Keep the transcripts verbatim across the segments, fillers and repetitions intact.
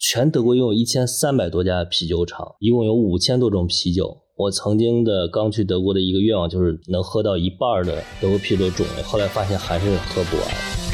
全德国拥有一千三百多家啤酒厂，一共有五千多种啤酒。我曾经的刚去德国的一个愿望就是能喝到一半的德国啤酒的种类，后来发现还是喝不完。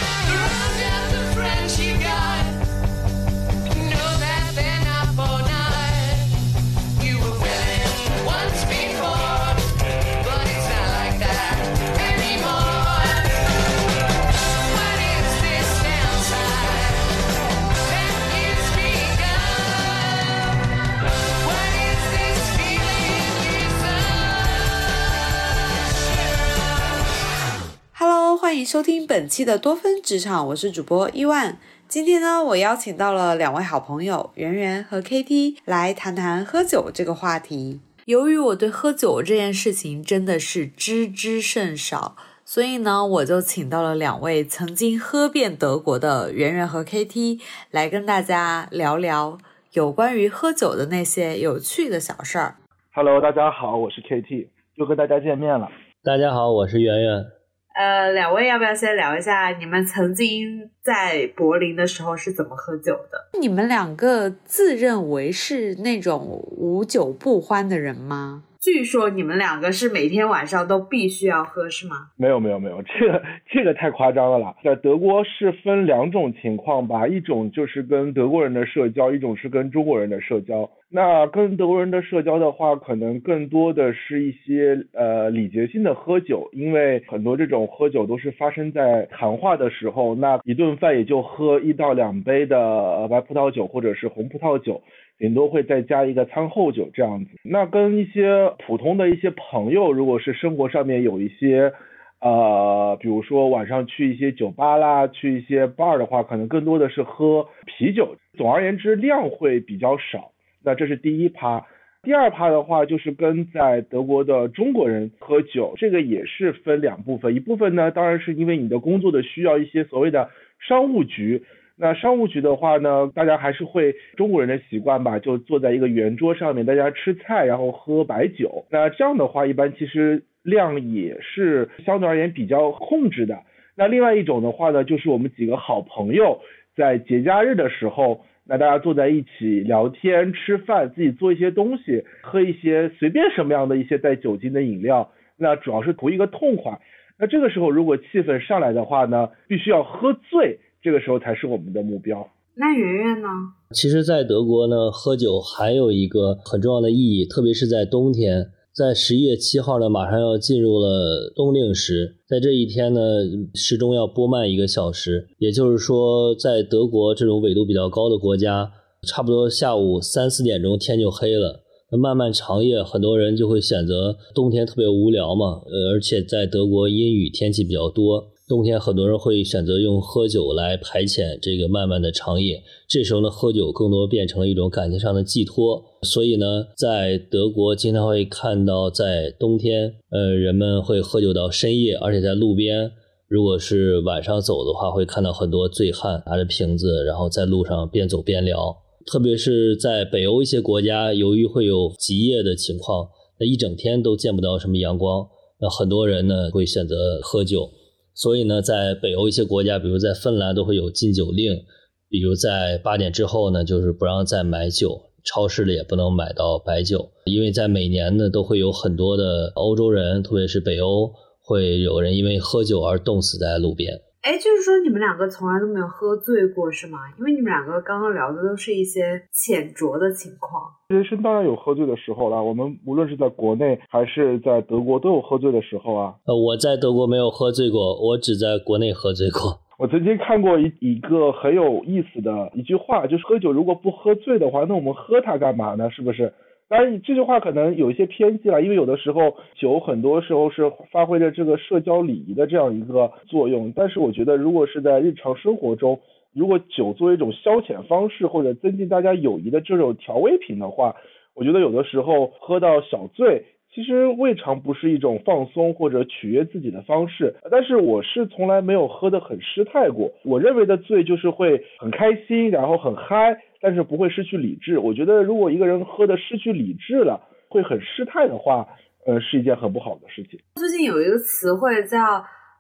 欢迎收听本期的多芬职场，我是主播伊万。今天呢，我邀请到了两位好朋友圆圆和 K T 来谈谈喝酒这个话题。由于我对喝酒这件事情真的是知之甚少，所以呢，我就请到了两位曾经喝遍德国的圆圆和 K T 来跟大家聊聊有关于喝酒的那些有趣的小事儿。 Hello， 大家好，我是 K T， 又跟大家见面了。 大家好，我是圆圆。 呃，两位要不要先聊一下你们曾经在柏林的时候是怎么喝酒的？你们两个自认为是那种无酒不欢的人吗？据说你们两个是每天晚上都必须要喝是吗？ 没有没有没有，这个这个太夸张了啦。在德国是分两种情况吧，一种就是跟德国人的社交，一种是跟中国人的社交。那跟德国人的社交的话，可能更多的是一些呃礼节性的喝酒，因为很多这种喝酒都是发生在谈话的时候，那一顿饭也就喝一到两杯的白葡萄酒或者是红葡萄酒，顶多会再加一个餐后酒这样子。那跟一些普通的一些朋友，如果是生活上面有一些呃，比如说晚上去一些酒吧啦，去一些 bar 的话，可能更多的是喝啤酒。总而言之，量会比较少。那这是第一趴。第二趴的话，就是跟在德国的中国人喝酒，这个也是分两部分。一部分呢，当然是因为你的工作的需要，一些所谓的商务局。那商务局的话呢，大家还是会中国人的习惯吧，就坐在一个圆桌上面，大家吃菜，然后喝白酒。那这样的话，一般其实量也是相对而言比较控制的。那另外一种的话呢，就是我们几个好朋友在节假日的时候，那大家坐在一起聊天吃饭，自己做一些东西，喝一些随便什么样的一些带酒精的饮料，那主要是图一个痛快。那这个时候如果气氛上来的话呢，必须要喝醉，这个时候才是我们的目标。 那圆圆呢？ 其实在德国呢，喝酒还有一个很重要的意义，特别是在冬天。在十一月七号呢，马上要进入了冬令时，在这一天呢，时钟要拨慢一个小时，也就是说在德国这种纬度比较高的国家，差不多下午三四点钟天就黑了。那漫漫长夜，很多人就会选择冬天特别无聊嘛，呃，而且在德国阴雨天气比较多，冬天很多人会选择用喝酒来排遣这个漫漫的长夜。这时候呢，喝酒更多变成了一种感情上的寄托。所以呢，在德国经常会看到在冬天呃，人们会喝酒到深夜，而且在路边如果是晚上走的话，会看到很多醉汉拿着瓶子，然后在路上边走边聊。特别是在北欧一些国家，由于会有极夜的情况，那一整天都见不到什么阳光，那很多人呢会选择喝酒。所以呢，在北欧一些国家，比如在芬兰都会有禁酒令，比如在八点之后呢，就是不让再买酒，超市里也不能买到白酒。因为在每年呢，都会有很多的欧洲人，特别是北欧，会有人因为喝酒而冻死在路边。 哎，就是说你们两个从来都没有喝醉过是吗？因为你们两个刚刚聊的都是一些浅酌的情况。 人生当然有喝醉的时候啦，我们无论是在国内还是在德国都有喝醉的时候啊。 呃，我在德国没有喝醉过，我只在国内喝醉过。 我曾经看过一一个很有意思的一句话，就是喝酒如果不喝醉的话，那我们喝它干嘛呢？是不是？当然这句话可能有一些偏激了，因为有的时候酒很多时候是发挥着这个社交礼仪的这样一个作用，但是我觉得如果是在日常生活中，如果酒作为一种消遣方式或者增进大家友谊的这种调味品的话，我觉得有的时候喝到小醉其实未尝不是一种放松或者取悦自己的方式。但是我是从来没有喝得很失态过，我认为的醉就是会很开心，然后很嗨，但是不会失去理智。我觉得如果一个人喝得失去理智了，会很失态的话，呃，是一件很不好的事情。 最近有一个词汇叫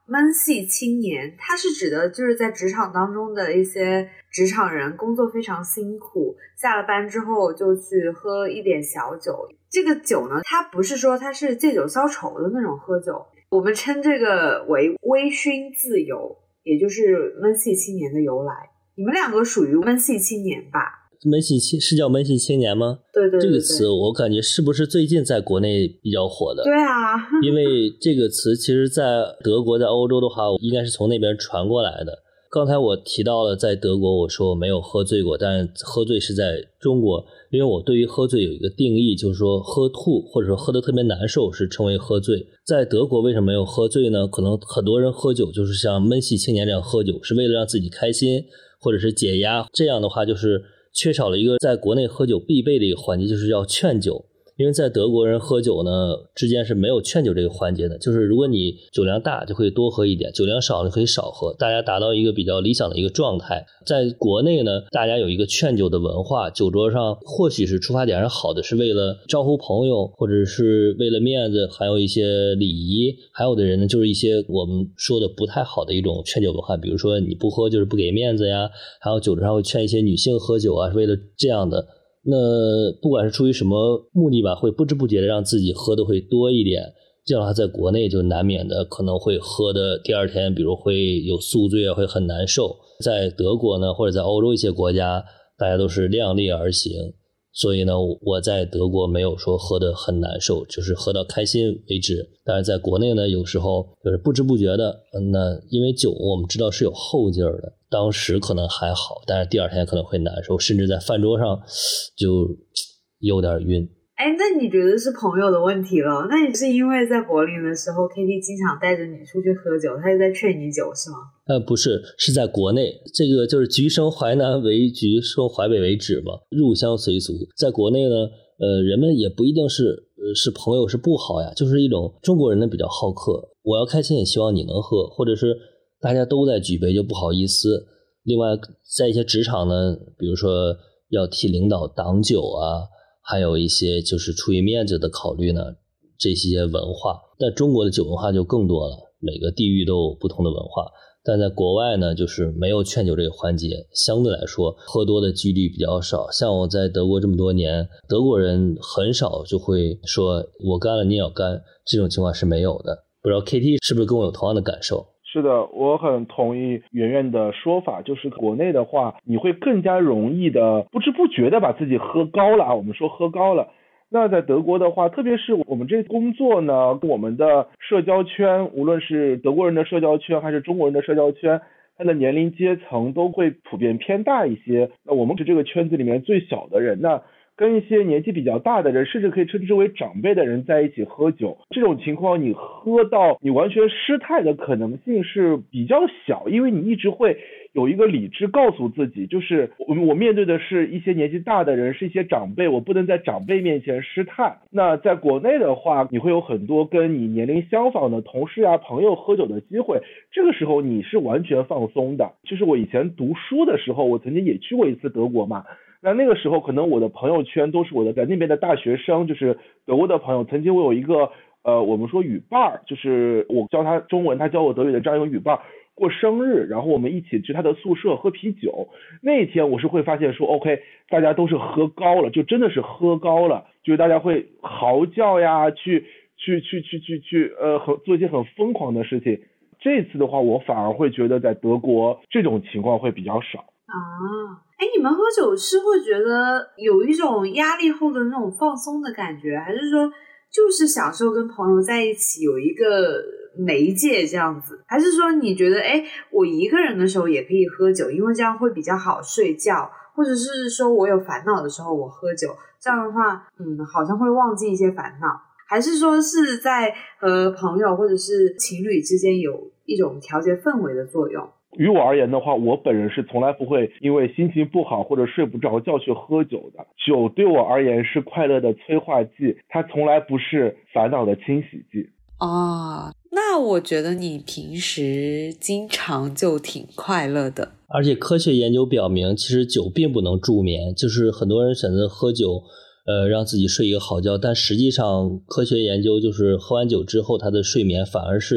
闷系青年，它是指的就是在职场当中的一些职场人工作非常辛苦，下了班之后就去喝一点小酒。这个酒呢，它不是说它是借酒消愁的那种喝酒，我们称这个为微醺自由，也就是闷系青年的由来。你们两个属于闷系青年吧？ 闷系青是叫闷系青年吗？ 对对对对， 这个词我感觉是不是最近在国内比较火的？ 对啊， 因为这个词其实在德国在欧洲的话应该是从那边传过来的。刚才我提到了在德国我说我没有喝醉过，但是喝醉是在中国，因为我对于喝醉有一个定义，就是说喝吐或者说喝得特别难受是称为喝醉。在德国为什么没有喝醉呢？可能很多人喝酒就是像闷系青年这样喝酒是为了让自己开心或者是解压，这样的话就是缺少了一个在国内喝酒必备的一个环节，就是要劝酒。因为在德国人喝酒呢之间是没有劝酒这个环节的，就是如果你酒量大就可以多喝一点，酒量少你可以少喝，大家达到一个比较理想的一个状态。在国内呢，大家有一个劝酒的文化，酒桌上或许是出发点是好的，是为了招呼朋友，或者是为了面子，还有一些礼仪，还有的人呢就是一些我们说的不太好的一种劝酒文化，比如说你不喝就是不给面子呀，还有酒桌上会劝一些女性喝酒啊，是为了这样的。那不管是出于什么目的吧，会不知不觉的让自己喝的会多一点，这样的话在国内就难免的可能会喝的第二天比如会有宿醉啊，会很难受。在德国呢或者在欧洲一些国家大家都是量力而行，所以呢我在德国没有说喝得很难受，就是喝到开心为止。但是在国内呢有时候就是不知不觉的，那因为酒我们知道是有后劲儿的，当时可能还好，但是第二天可能会难受，甚至在饭桌上就有点晕。 哎，那你觉得是朋友的问题了？那你是因为在柏林的时候 K T 经常带着你出去喝酒，他就在劝你酒是吗？ 呃，不是，是在国内，这个就是橘生淮南为橘生淮北为枳嘛，入乡随俗。在国内呢呃，人们也不一定是呃是朋友是不好呀，就是一种中国人呢比较好客，我要开心也希望你能喝，或者是大家都在举杯就不好意思。另外在一些职场呢，比如说要替领导挡酒啊，还有一些就是出于面子的考虑呢，这些文化。但中国的酒文化就更多了，每个地域都有不同的文化。但在国外呢就是没有劝酒这个环节，相对来说喝多的几率比较少。像我在德国这么多年，德国人很少就会说我干了你也要干，这种情况是没有的。不知道 K T 是不是跟我有同样的感受？ 是的，我很同意圆圆的说法，就是国内的话你会更加容易的不知不觉的把自己喝高了啊，我们说喝高了。那在德国的话，特别是我们这工作呢，我们的社交圈，无论是德国人的社交圈还是中国人的社交圈，它的年龄阶层都会普遍偏大一些。那我们是这个圈子里面最小的人，那跟一些年纪比较大的人，甚至可以称之为长辈的人在一起喝酒，这种情况你喝到你完全失态的可能性是比较小，因为你一直会有一个理智告诉自己，就是我我面对的是一些年纪大的人，是一些长辈，我不能在长辈面前失态。那在国内的话，你会有很多跟你年龄相仿的同事啊朋友喝酒的机会，这个时候你是完全放松的。就是我以前读书的时候，我曾经也去过一次德国嘛，那那个时候可能我的朋友圈都是我的在那边的大学生，就是德国的朋友。曾经我有一个呃我们说语伴，就是我教他中文他教我德语的这样一个语伴，过生日然后我们一起去他的宿舍喝啤酒。那一天我是会发现说 OK 大家都是喝高了，就真的是喝高了，就是大家会嚎叫呀，去去去去去去呃很做一些很疯狂的事情。这次的话我反而会觉得在德国这种情况会比较少啊。哎，你们喝酒是会觉得有一种压力后的那种放松的感觉，还是说就是享受跟朋友在一起有一个媒介这样子？还是说你觉得哎，我一个人的时候也可以喝酒，因为这样会比较好睡觉，或者是说我有烦恼的时候我喝酒，这样的话嗯，好像会忘记一些烦恼？还是说是在和朋友或者是情侣之间有一种调节氛围的作用？ 于我而言的话，我本人是从来不会因为心情不好或者睡不着觉去喝酒的。酒对我而言是快乐的催化剂，它从来不是烦恼的清洗剂。 哦，那我觉得你平时经常就挺快乐的。 而且科学研究表明，其实酒并不能助眠，就是很多人选择喝酒呃，让自己睡一个好觉，但实际上科学研究就是喝完酒之后他的睡眠反而是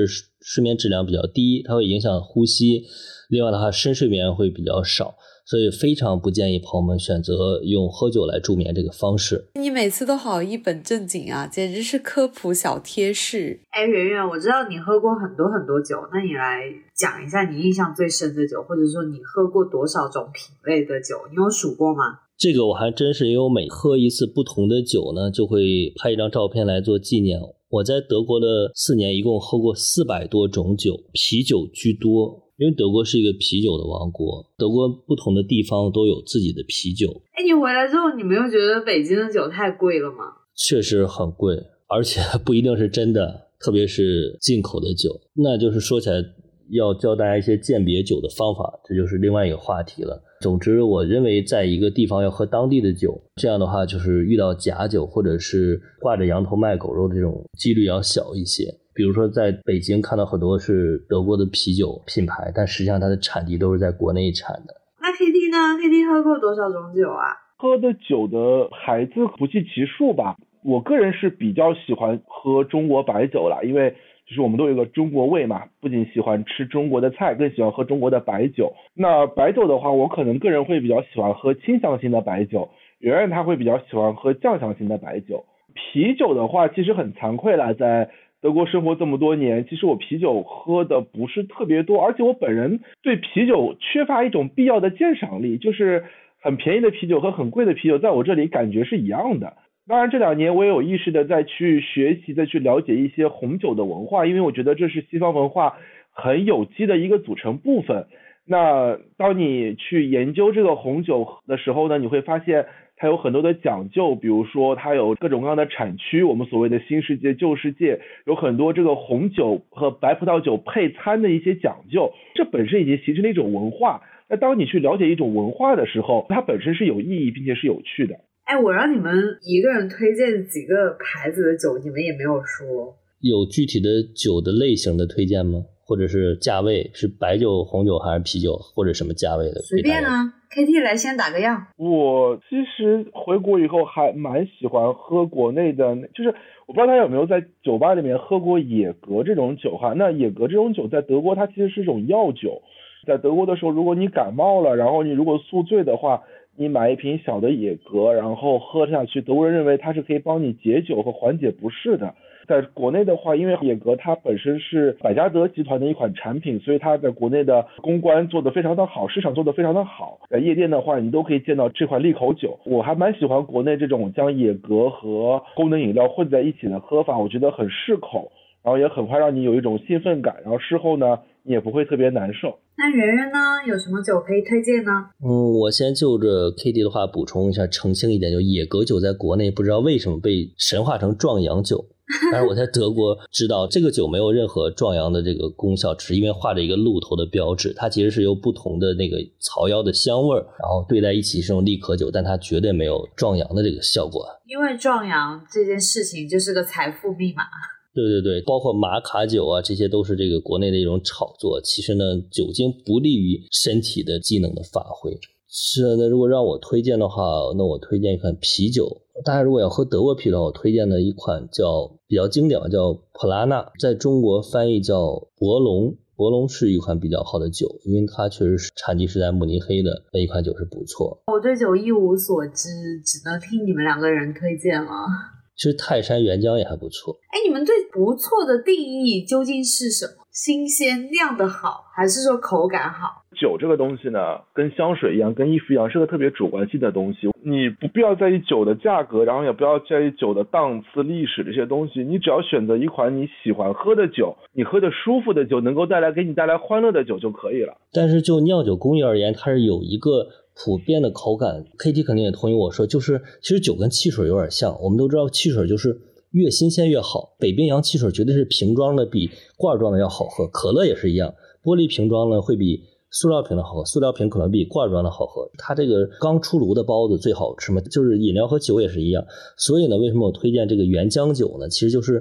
睡眠质量比较低，它会影响呼吸，另外的话深睡眠会比较少，所以非常不建议朋友们选择用喝酒来助眠这个方式。 你每次都好一本正经啊，简直是科普小贴士。哎，圆圆，我知道你喝过很多很多酒，那你来讲一下你印象最深的酒，或者说你喝过多少种品类的酒，你有数过吗？ 这个我还真是，因为我每喝一次不同的酒呢，就会拍一张照片来做纪念。我在德国的四年一共喝过四百多种酒，啤酒居多，因为德国是一个啤酒的王国，德国不同的地方都有自己的啤酒。 哎，你回来之后你没有觉得北京的酒太贵了吗？ 确实很贵，而且不一定是真的，特别是进口的酒。那就是说起来要教大家一些鉴别酒的方法，这就是另外一个话题了。总之我认为在一个地方要喝当地的酒，这样的话就是遇到假酒或者是挂着羊头卖狗肉的这种几率要小一些。比如说在北京看到很多是德国的啤酒品牌，但实际上它的产地都是在国内产的。 那 K T 呢？ K T 喝过多少种酒啊？ 喝的酒的牌子不计其数吧。我个人是比较喜欢喝中国白酒啦，因为就是我们都有一个中国胃嘛，不仅喜欢吃中国的菜，更喜欢喝中国的白酒。那白酒的话，我可能个人会比较喜欢喝清香型的白酒，圆圆他会比较喜欢喝酱香型的白酒。啤酒的话其实很惭愧啦，在德国生活这么多年，其实我啤酒喝的不是特别多，而且我本人对啤酒缺乏一种必要的鉴赏力，就是很便宜的啤酒和很贵的啤酒在我这里感觉是一样的。当然这两年我也有意识的再去学习，再去了解一些红酒的文化，因为我觉得这是西方文化很有机的一个组成部分。那当你去研究这个红酒的时候呢，你会发现它有很多的讲究，比如说它有各种各样的产区，我们所谓的新世界旧世界，有很多这个红酒和白葡萄酒配餐的一些讲究，这本身已经形成了一种文化。那当你去了解一种文化的时候，它本身是有意义并且是有趣的。 哎，我让你们一个人推荐几个牌子的酒，你们也没有说。 有具体的酒的类型的推荐吗？或者是价位，是白酒、红酒还是啤酒，或者什么价位的？ 随便啊 ，K T 来先打个样。 我其实回国以后还蛮喜欢喝国内的，就是我不知道大家有没有在酒吧里面喝过野格这种酒哈。那野格这种酒在德国它其实是一种药酒，在德国的时候，如果你感冒了，然后你如果宿醉的话，你买一瓶小的野格，然后喝下去，德国人认为它是可以帮你解酒和缓解不适的。在国内的话，因为野格它本身是百加得集团的一款产品，所以它在国内的公关做得非常的好，市场做得非常的好。在夜店的话，你都可以见到这款利口酒。我还蛮喜欢国内这种将野格和功能饮料混在一起的喝法，我觉得很适口，然后也很快让你有一种兴奋感，然后事后呢你也不会特别难受。 那圆圆呢，有什么酒可以推荐呢？ 嗯，我先就着 K T 的话补充一下，澄清一点，就野格酒在国内不知道为什么被神化成壮阳酒，但是我在德国知道这个酒没有任何壮阳的这个功效，只是因为画着一个鹿头的标志，它其实是由不同的那个草药的香味然后兑在一起是种利可酒，但它绝对没有壮阳的这个效果。 因为壮阳这件事情就是个财富密码。 对对对，包括玛卡酒啊，这些都是这个国内的一种炒作。其实呢，酒精不利于身体的机能的发挥。是那如果让我推荐的话，那我推荐一款啤酒。大家如果要喝德国啤酒，我推荐的一款叫比较经典的叫普拉纳，在中国翻译叫博龙。博龙是一款比较好的酒，因为它确实是产地是在慕尼黑的，那一款酒是不错。 我对酒一无所知，只能听你们两个人推荐了。 其实泰山原浆也还不错。 哎，你们对不错的定义究竟是什么？新鲜酿得好，还是说口感好？ 酒这个东西呢，跟香水一样，跟衣服一样，是个特别主观性的东西。你不必要在意酒的价格，然后也不要在意酒的档次、历史这些东西。你只要选择一款你喜欢喝的酒，你喝的舒服的酒，能够带来给你带来欢乐的酒就可以了。 但是就酿酒工艺而言，它是有一个普遍的口感。 K T 肯定也同意我说，就是其实酒跟汽水有点像，我们都知道汽水就是越新鲜越好，北冰洋汽水绝对是瓶装的比罐装的要好喝，可乐也是一样，玻璃瓶装呢会比塑料瓶的好喝，塑料瓶可能比罐装的好喝。它这个刚出炉的包子最好吃嘛，就是饮料和酒也是一样。所以呢，为什么我推荐这个原浆酒呢？其实就是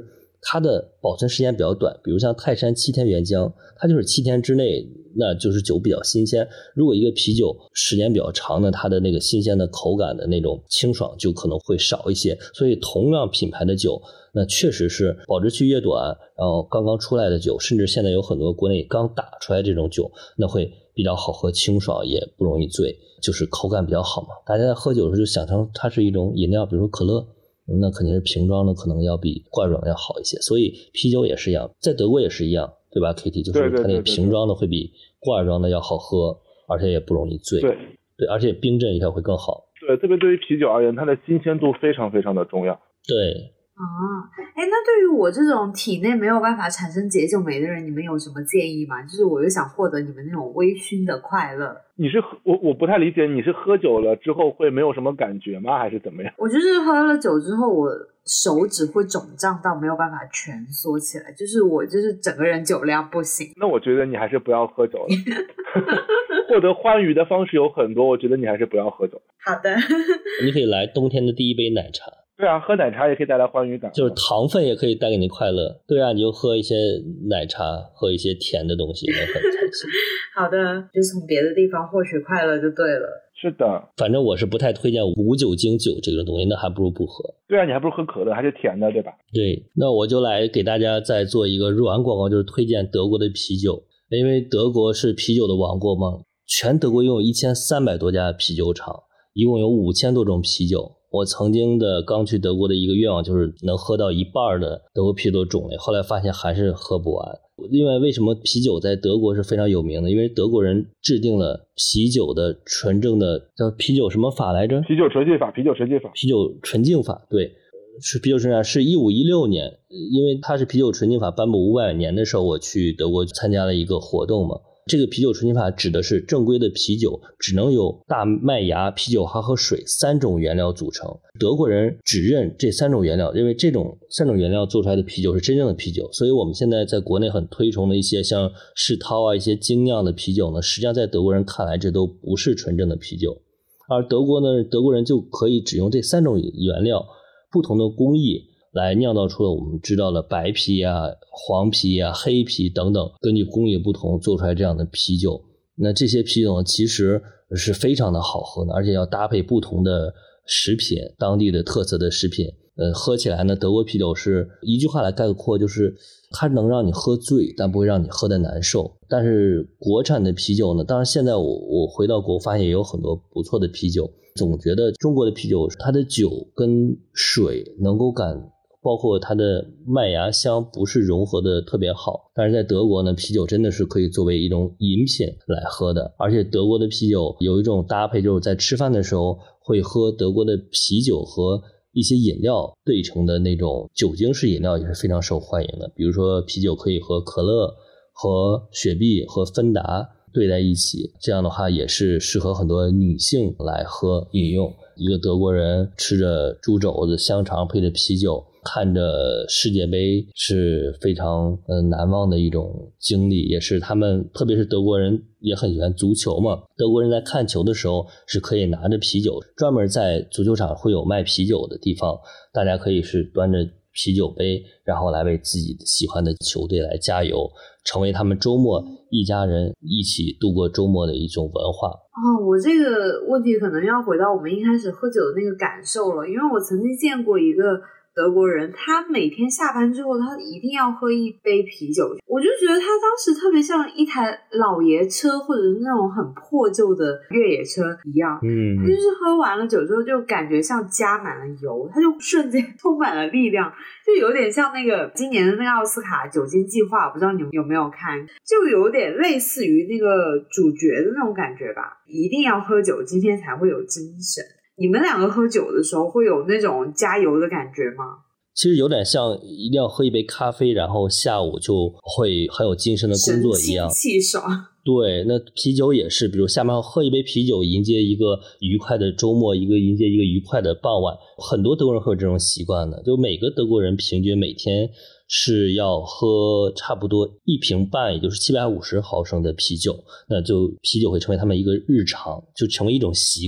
它的保存时间比较短，比如像泰山七天原浆，它就是七天之内那就是酒比较新鲜。如果一个啤酒时间比较长呢，它的那个新鲜的口感的那种清爽就可能会少一些。所以同样品牌的酒，那确实是保质期越短，然后刚刚出来的酒，甚至现在有很多国内刚打出来这种酒，那会比较好喝，清爽，也不容易醉，就是口感比较好嘛。大家在喝酒的时候就想成它是一种饮料，比如说可乐，那肯定是瓶装的可能要比罐装要好一些。所以啤酒也是一样，在德国也是一样，对吧 K T？ 就是它那个瓶装的会比罐装的要好喝，而且也不容易醉。 对对，而且冰镇一下会更好。 对，特别对于啤酒而言，它的新鲜度非常非常的重要。 对。 啊，哎，那对于我这种体内没有办法产生解酒酶的人，你们有什么建议吗？就是我又想获得你们那种微醺的快乐。 你是我我不太理解，你是喝酒了之后会没有什么感觉吗？还是怎么样？ 我就是喝了酒之后，我手指会肿胀到没有办法蜷缩起来，就是我就是整个人酒量不行。 那我觉得你还是不要喝酒了。获得欢愉的方式有很多，我觉得你还是不要喝酒。 好的。 你可以来冬天的第一杯奶茶。 对啊，喝奶茶也可以带来欢愉感， 就是糖分也可以带给你快乐。对啊，你就喝一些奶茶，喝一些甜的东西，也很开心。 好的，就从别的地方获取快乐就对了。 是的， 反正我是不太推荐无酒精酒这个东西，那还不如不喝。 对啊，你还不如喝可乐，还是甜的，对吧？ 对，那我就来给大家再做一个软广告，就是推荐德国的啤酒，因为德国是啤酒的王国嘛，全德国拥有一千三百多家啤酒厂，一共有五千多种啤酒。我曾经的刚去德国的一个愿望就是能喝到一半的德国啤酒种类，后来发现还是喝不完。另外，为什么啤酒在德国是非常有名的？因为德国人制定了啤酒的纯正的叫啤酒什么法来着？ 啤酒纯净法，啤酒纯净法， 啤酒纯净法，对，是啤酒纯净法，是一五一六年，因为它是啤酒纯净法颁布五百年的时候，我去德国参加了一个活动嘛。这个啤酒纯净法指的是正规的啤酒只能由大麦芽、啤酒花和水三种原料组成。德国人只认这三种原料，因为这种三种原料做出来的啤酒是真正的啤酒。所以我们现在在国内很推崇的一些像世涛啊一些精酿的啤酒呢，实际上在德国人看来这都不是纯正的啤酒。而德国呢，德国人就可以只用这三种原料，不同的工艺来酿造出了我们知道的白啤啊、黄啤啊、黑啤等等，根据工艺不同做出来这样的啤酒。那这些啤酒呢，其实是非常的好喝的，而且要搭配不同的食品，当地的特色的食品。呃，喝起来呢，德国啤酒是一句话来概括，就是它能让你喝醉，但不会让你喝得难受。但是国产的啤酒呢，当然现在我我回到国发现也有很多不错的啤酒，总觉得中国的啤酒它的酒跟水能够感包括它的麦芽香不是融合的特别好，但是在德国呢，啤酒真的是可以作为一种饮品来喝的。而且德国的啤酒有一种搭配，就是在吃饭的时候会喝德国的啤酒和一些饮料兑成的那种酒精式饮料，也是非常受欢迎的。比如说啤酒可以和可乐、和雪碧、和芬达兑在一起，这样的话也是适合很多女性来喝饮用。一个德国人吃着猪肘子、香肠配着啤酒，看着世界杯是非常呃难忘的一种经历，也是他们特别是德国人也很喜欢足球嘛，德国人在看球的时候是可以拿着啤酒，专门在足球场会有卖啤酒的地方，大家可以是端着啤酒杯，然后来为自己喜欢的球队来加油，成为他们周末一家人一起度过周末的一种文化。 哦，我这个问题可能要回到我们一开始喝酒的那个感受了，因为我曾经见过一个德国人，他每天下班之后他一定要喝一杯啤酒，我就觉得他当时特别像一台老爷车或者是那种很破旧的越野车一样， 嗯， 他就是喝完了酒之后就感觉像加满了油，他就瞬间充满了力量，就有点像那个今年的那个奥斯卡酒精计划，不知道你们有没有看，就有点类似于那个主角的那种感觉吧，一定要喝酒今天才会有精神。你们两个喝酒的时候会有那种加油的感觉吗？ 其实有点像一定要喝一杯咖啡，然后下午就会很有精神的工作一样， 神清气爽。 对，那啤酒也是，比如下班后喝一杯啤酒，迎接一个愉快的周末，一个迎接一个愉快的傍晚。很多德国人会有这种习惯的，就每个德国人平均每天是要喝差不多一瓶半，也就是七百五十毫升的啤酒，那就啤酒会成为他们一个日常，就成为一种习惯。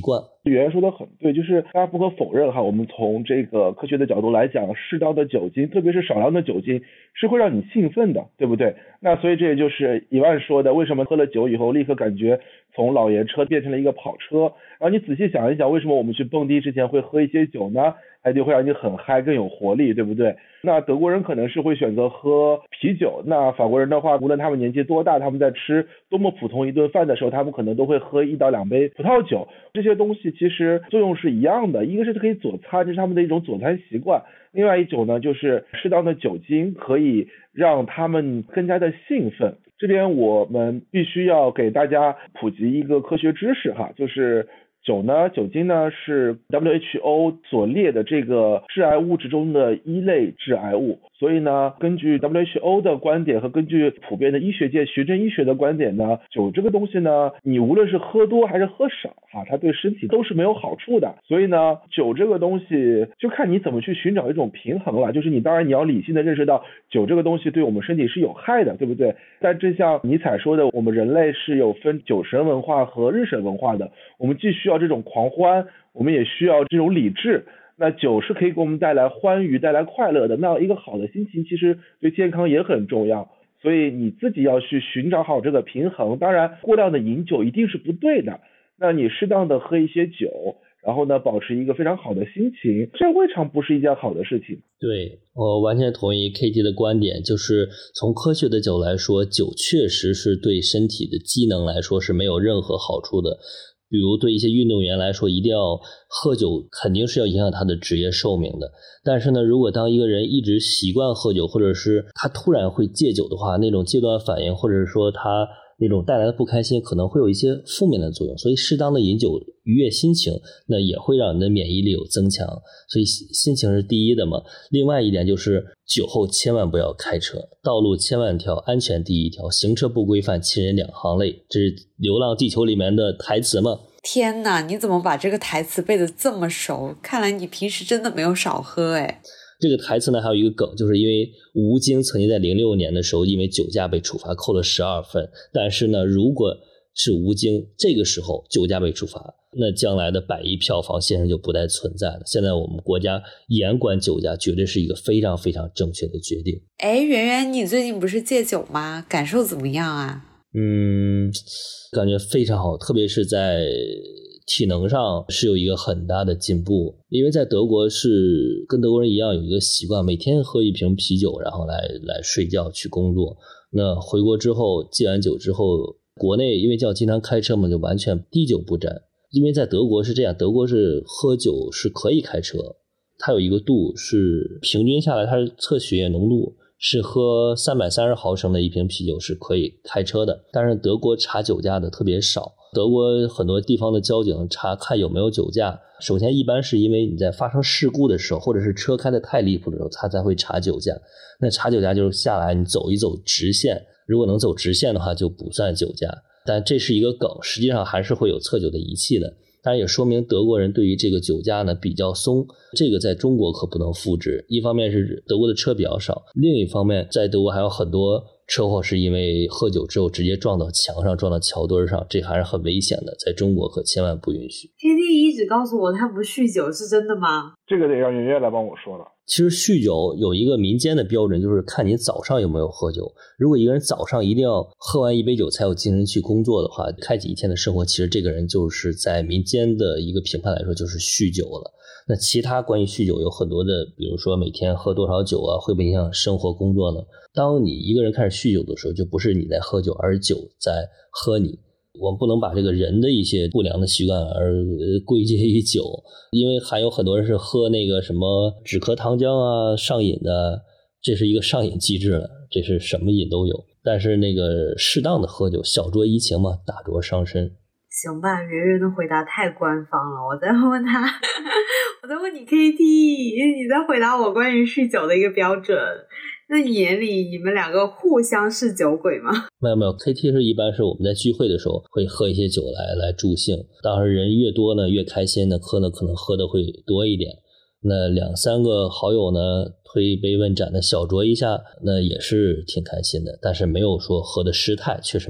圆圆说的很对，就是大家不可否认哈，我们从这个科学的角度来讲，适当的酒精，特别是少量的酒精是会让你兴奋的，对不对？那所以这也就是一万说的，为什么喝了酒以后立刻感觉从老爷车变成了一个跑车。然后你仔细想一想，为什么我们去蹦迪之前会喝一些酒呢？它就会让你很嗨，更有活力，对不对？那德国人可能是会选择喝啤酒，那法国人的话，无论他们年纪多大，他们在吃多么普通一顿饭的时候，他们可能都会喝一到两杯葡萄酒。这些东西其实作用是一样的，一个是可以佐餐，这是他们的一种佐餐习惯，另外一种呢，就是适当的酒精可以让他们更加的兴奋。这边我们必须要给大家普及一个科学知识哈，就是酒呢，酒精呢是 W H O 所列的这个致癌物质中的一类致癌物，所以呢，根据 W H O 的观点和根据普遍的医学界循证医学的观点呢，酒这个东西呢，你无论是喝多还是喝少哈，它对身体都是没有好处的。所以呢，酒这个东西就看你怎么去寻找一种平衡了，就是你当然你要理性的认识到酒这个东西对我们身体是有害的，对不对？但正像尼采说的，我们人类是有分酒神文化和日神文化的，我们既需要这种狂欢，我们也需要这种理智。那酒是可以给我们带来欢愉，带来快乐的，那一个好的心情其实对健康也很重要，所以你自己要去寻找好这个平衡。当然过量的饮酒一定是不对的，那你适当的喝一些酒，然后呢保持一个非常好的心情，这未尝不是一件好的事情。 对，我完全同意 K T 的观点，就是从科学的角度来说，酒确实是对身体的机能来说是没有任何好处的。比如对一些运动员来说，一定要喝酒肯定是要影响他的职业寿命的。但是呢，如果当一个人一直习惯喝酒，或者是他突然会戒酒的话，那种戒断反应或者是说他那种带来的不开心可能会有一些负面的作用，所以适当的饮酒愉悦心情，那也会让你的免疫力有增强，所以心情是第一的嘛。另外一点就是酒后千万不要开车，道路千万条，安全第一条，行车不规范，亲人两行泪，这是《流浪地球》里面的台词嘛。 天哪，你怎么把这个台词背得这么熟？看来你平时真的没有少喝诶。 这个台词呢还有一个梗，就是因为吴京曾经在零六年的时候因为酒驾被处罚扣了十二分，但是呢如果是吴京这个时候酒驾被处罚，那将来的百亿票房先生就不再存在了。现在我们国家严管酒驾绝对是一个非常非常正确的决定。 诶，圆圆你最近不是戒酒吗？感受怎么样啊？ 嗯，感觉非常好，特别是在体能上是有一个很大的进步。因为在德国是跟德国人一样有一个习惯，每天喝一瓶啤酒然后来来睡觉去工作。那回国之后戒完酒之后，国内因为叫经常开车嘛，就完全滴酒不沾。因为在德国是这样，德国是喝酒是可以开车，它有一个度是平均下来，它是测血液浓度，是喝三百三十毫升的一瓶啤酒是可以开车的。但是德国查酒驾的特别少，德国很多地方的交警查看有没有酒驾，首先一般是因为你在发生事故的时候，或者是车开得太离谱的时候，他才会查酒驾。那查酒驾就是下来你走一走直线，如果能走直线的话就不算酒驾。但这是一个梗，实际上还是会有测酒的仪器的。当然也说明德国人对于这个酒驾呢比较松，这个在中国可不能复制。一方面是德国的车比较少，另一方面在德国还有很多车祸是因为喝酒之后直接撞到墙上，撞到桥墩上，这还是很危险的，在中国可千万不允许。 K T 一直告诉我他不酗酒，是真的吗？ 这个得让圆圆来帮我说了。 其实酗酒有一个民间的标准，就是看你早上有没有喝酒。如果一个人早上一定要喝完一杯酒才有精神去工作的话，开启一天的生活，其实这个人就是在民间的一个评判来说就是酗酒了。那其他关于酗酒有很多的，比如说每天喝多少酒啊，会不会影响生活工作呢？当你一个人开始酗酒的时候，就不是你在喝酒，而是酒在喝你。我们不能把这个人的一些不良的习惯而归结于酒，因为还有很多人是喝那个什么止咳糖浆啊上瘾的，这是一个上瘾机制了，这是什么瘾都有。但是那个适当的喝酒，小酌怡情嘛，大酌伤身。 行吧，圆圆的回答太官方了，我再问他我再问你 K T， 你在回答我关于酗酒的一个标准。那你眼里你们两个互相是酒鬼吗？ 没有没有 K T 是一般是我们在聚会的时候会喝一些酒来来助兴，当然人越多呢越开心呢，喝呢可能喝的会多一点。那两三个好友呢推一杯问盏的小酌一下，那也是挺开心的，但是没有说喝的失态，确实没有。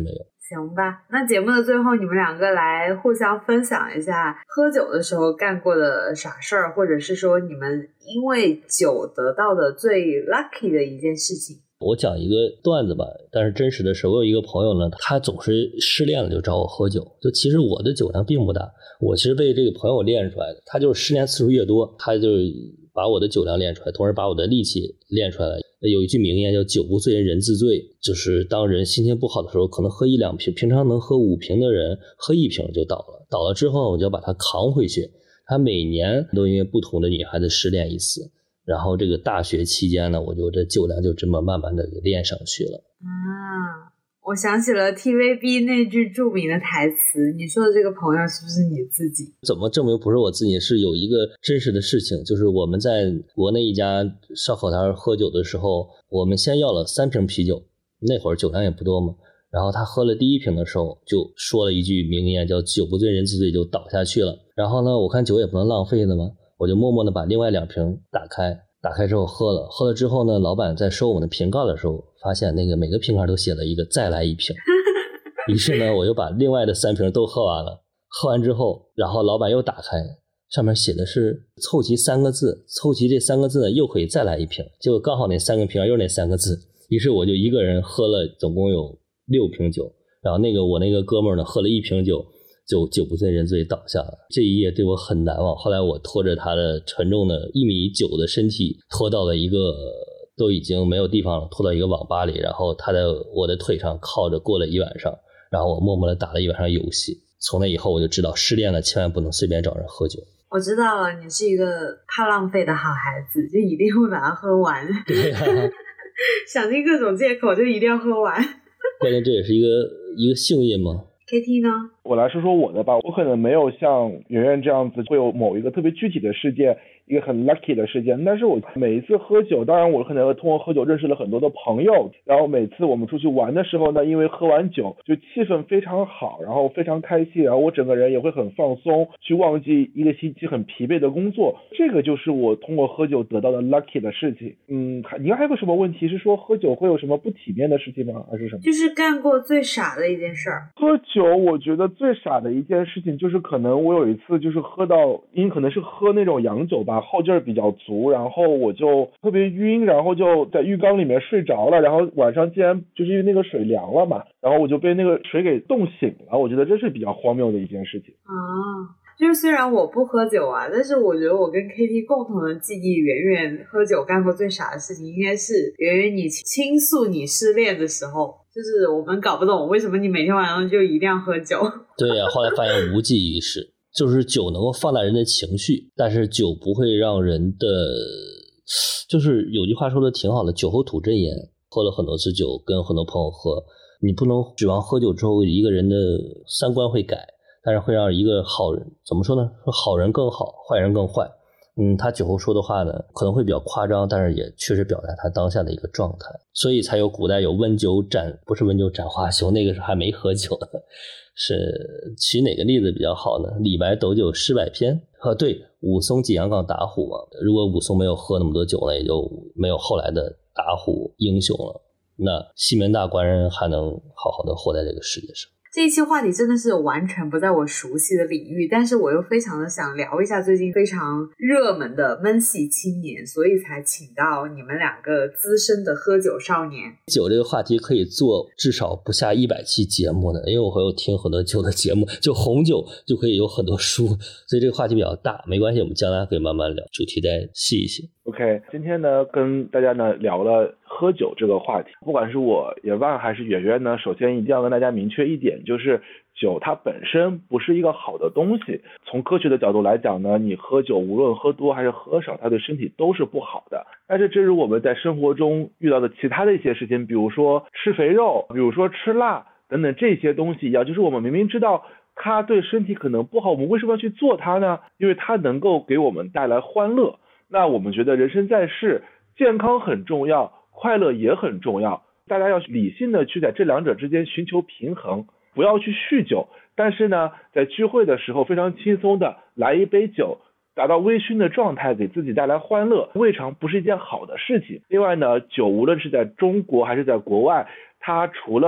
行吧，那节目的最后，你们两个来互相分享一下喝酒的时候干过的傻事儿，或者是说你们因为酒得到的最 lucky 的一件事情。 我讲一个段子吧，但是真实的是，我有一个朋友呢，他总是失恋了就找我喝酒。就其实我的酒量并不大，我其实被这个朋友练出来的。他就是失恋次数越多，他就把我的酒量练出来，同时把我的力气练出来了。有一句名言叫酒不醉人人自醉，就是当人心情不好的时候，可能喝一两瓶，平常能喝五瓶的人喝一瓶就倒了，倒了之后我就要把他扛回去。他每年都因为不同的女孩子失恋一次，然后这个大学期间呢，我就这酒量就这么慢慢的给练上去了。 啊，我想起了 T V B 那句著名的台词，你说的这个朋友是不是你自己？ 怎么证明不是我自己？是有一个真实的事情，就是我们在国内一家烧烤摊喝酒的时候，我们先要了三瓶啤酒，那会儿酒量也不多嘛，然后他喝了第一瓶的时候就说了一句名言叫酒不醉人自醉，就倒下去了。然后呢，我看酒也不能浪费的嘛，我就默默的把另外两瓶打开，打开之后喝了，喝了之后呢，老板在收我们的瓶盖的时候，发现那个每个瓶盖都写了一个再来一瓶。于是呢，我又把另外的三瓶都喝完了。喝完之后，然后老板又打开，上面写的是凑齐三个字，凑齐这三个字呢，又可以再来一瓶。结果刚好那三个瓶又是那三个字，于是我就一个人喝了总共有六瓶酒，然后那个我那个哥们儿呢，喝了一瓶酒。就酒不醉人醉倒下了，这一夜对我很难忘。后来我拖着他的沉重的一米九的身体，拖到了一个都已经没有地方了，拖到一个网吧里，然后他在我的腿上靠着过了一晚上，然后我默默的打了一晚上游戏。从那以后我就知道，失恋了千万不能随便找人喝酒。 我知道了，你是一个怕浪费的好孩子，就一定会把它喝完。 对啊， 想尽各种借口就一定要喝完。 关键这也是一个一个幸运嘛。 K T 呢？ 我来说说我的吧，我可能没有像圆圆这样子会有某一个特别具体的事件，一个很 lucky 的事件，但是我每一次喝酒，当然我可能通过喝酒认识了很多的朋友，然后每次我们出去玩的时候呢，因为喝完酒就气氛非常好，然后非常开心，然后我整个人也会很放松，去忘记一个星期很疲惫的工作，这个就是我通过喝酒得到的 lucky 的事情。嗯，你还有个什么问题是说喝酒会有什么不体面的事情吗？还是什么？ 就是干过最傻的一件事儿。 喝酒我觉得最傻的一件事情就是可能我有一次就是喝到，因为可能是喝那种洋酒吧，后劲儿比较足，然后我就特别晕，然后就在浴缸里面睡着了，然后晚上竟然就是因为那个水凉了嘛，然后我就被那个水给冻醒了，我觉得这是比较荒谬的一件事情啊。就是虽然我不喝酒啊，但是我觉得我跟 K T 共同的记忆，圆圆喝酒干过最傻的事情应该是圆圆你倾诉你失恋的时候，就是我们搞不懂为什么你每天晚上就一定要喝酒。 对呀、啊，后来发现无济于事，就是酒能够放大人的情绪，但是酒不会让人的，就是有句话说的挺好的，酒后吐真言。喝了很多次酒，跟很多朋友喝，你不能指望喝酒之后一个人的三观会改，但是会让一个好人，怎么说呢？说好人更好，坏人更坏。嗯，他酒后说的话呢，可能会比较夸张，但是也确实表达他当下的一个状态，所以才有古代有温酒斩，不是温酒斩华雄，那个时候还没喝酒呢。是举哪个例子比较好呢？李白斗酒诗百篇，啊，对，武松济阳岗打虎嘛。如果武松没有喝那么多酒呢，也就没有后来的打虎英雄了。那西门大官人还能好好的活在这个世界上。 这一期话题真的是完全不在我熟悉的领域，但是我又非常的想聊一下最近非常热门的闷系青年，所以才请到你们两个资深的喝酒少年。 酒这个话题可以做至少不下一百期节目的，因为我会有听很多酒的节目，就红酒就可以有很多书，所以这个话题比较大，没关系，我们将来可以慢慢聊，主题再细一些。 OK， 今天呢跟大家呢聊了喝酒这个话题，不管是我野万还是圆圆呢，首先一定要跟大家明确一点，就是酒它本身不是一个好的东西，从科学的角度来讲呢，你喝酒无论喝多还是喝少，它对身体都是不好的。但是正如我们在生活中遇到的其他的一些事情，比如说吃肥肉，比如说吃辣等等这些东西一样，就是我们明明知道它对身体可能不好，我们为什么要去做它呢？因为它能够给我们带来欢乐。那我们觉得人生在世，健康很重要，快乐也很重要，大家要理性的去在这两者之间寻求平衡，不要去酗酒，但是呢在聚会的时候非常轻松的来一杯酒，达到微醺的状态，给自己带来欢乐，未尝不是一件好的事情。另外呢，酒无论是在中国还是在国外，它除了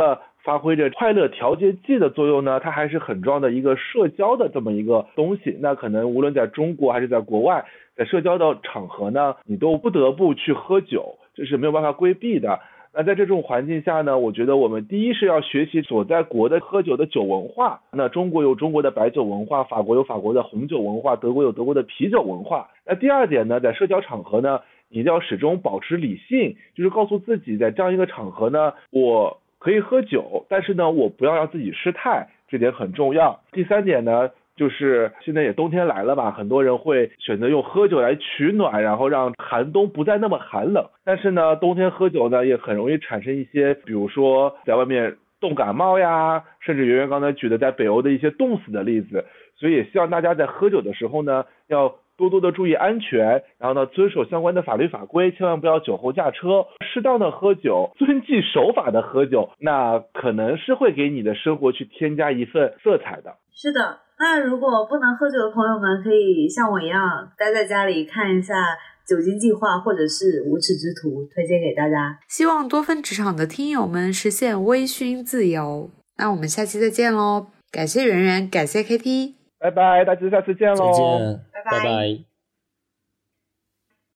发挥着快乐调节剂的作用呢，它还是很重要的一个社交的这么一个东西。那可能无论在中国还是在国外，在社交的场合呢，你都不得不去喝酒，这是没有办法规避的。那在这种环境下呢，我觉得我们第一是要学习所在国的喝酒的酒文化。那中国有中国的白酒文化，法国有法国的红酒文化，德国有德国的啤酒文化。那第二点呢，在社交场合呢，你一定要始终保持理性，就是告诉自己在这样一个场合呢，我可以喝酒，但是呢，我不要让自己失态，这点很重要。第三点呢，就是现在也冬天来了吧，很多人会选择用喝酒来取暖，然后让寒冬不再那么寒冷。但是呢，冬天喝酒呢，也很容易产生一些，比如说在外面冻感冒呀，甚至圆圆刚才举的在北欧的一些冻死的例子。所以也希望大家在喝酒的时候呢，要多多的注意安全，然后呢，遵守相关的法律法规，千万不要酒后驾车，适当的喝酒，遵纪守法的喝酒，那可能是会给你的生活去添加一份色彩的。 是的，那如果不能喝酒的朋友们，可以像我一样待在家里看一下酒精计划或者是无耻之徒，推荐给大家。希望多芬职场的听友们实现微醺自由。那我们下期再见咯，感谢圆圆，感谢 K T， 拜拜，大家下次见咯， 再见， 拜拜。 拜拜。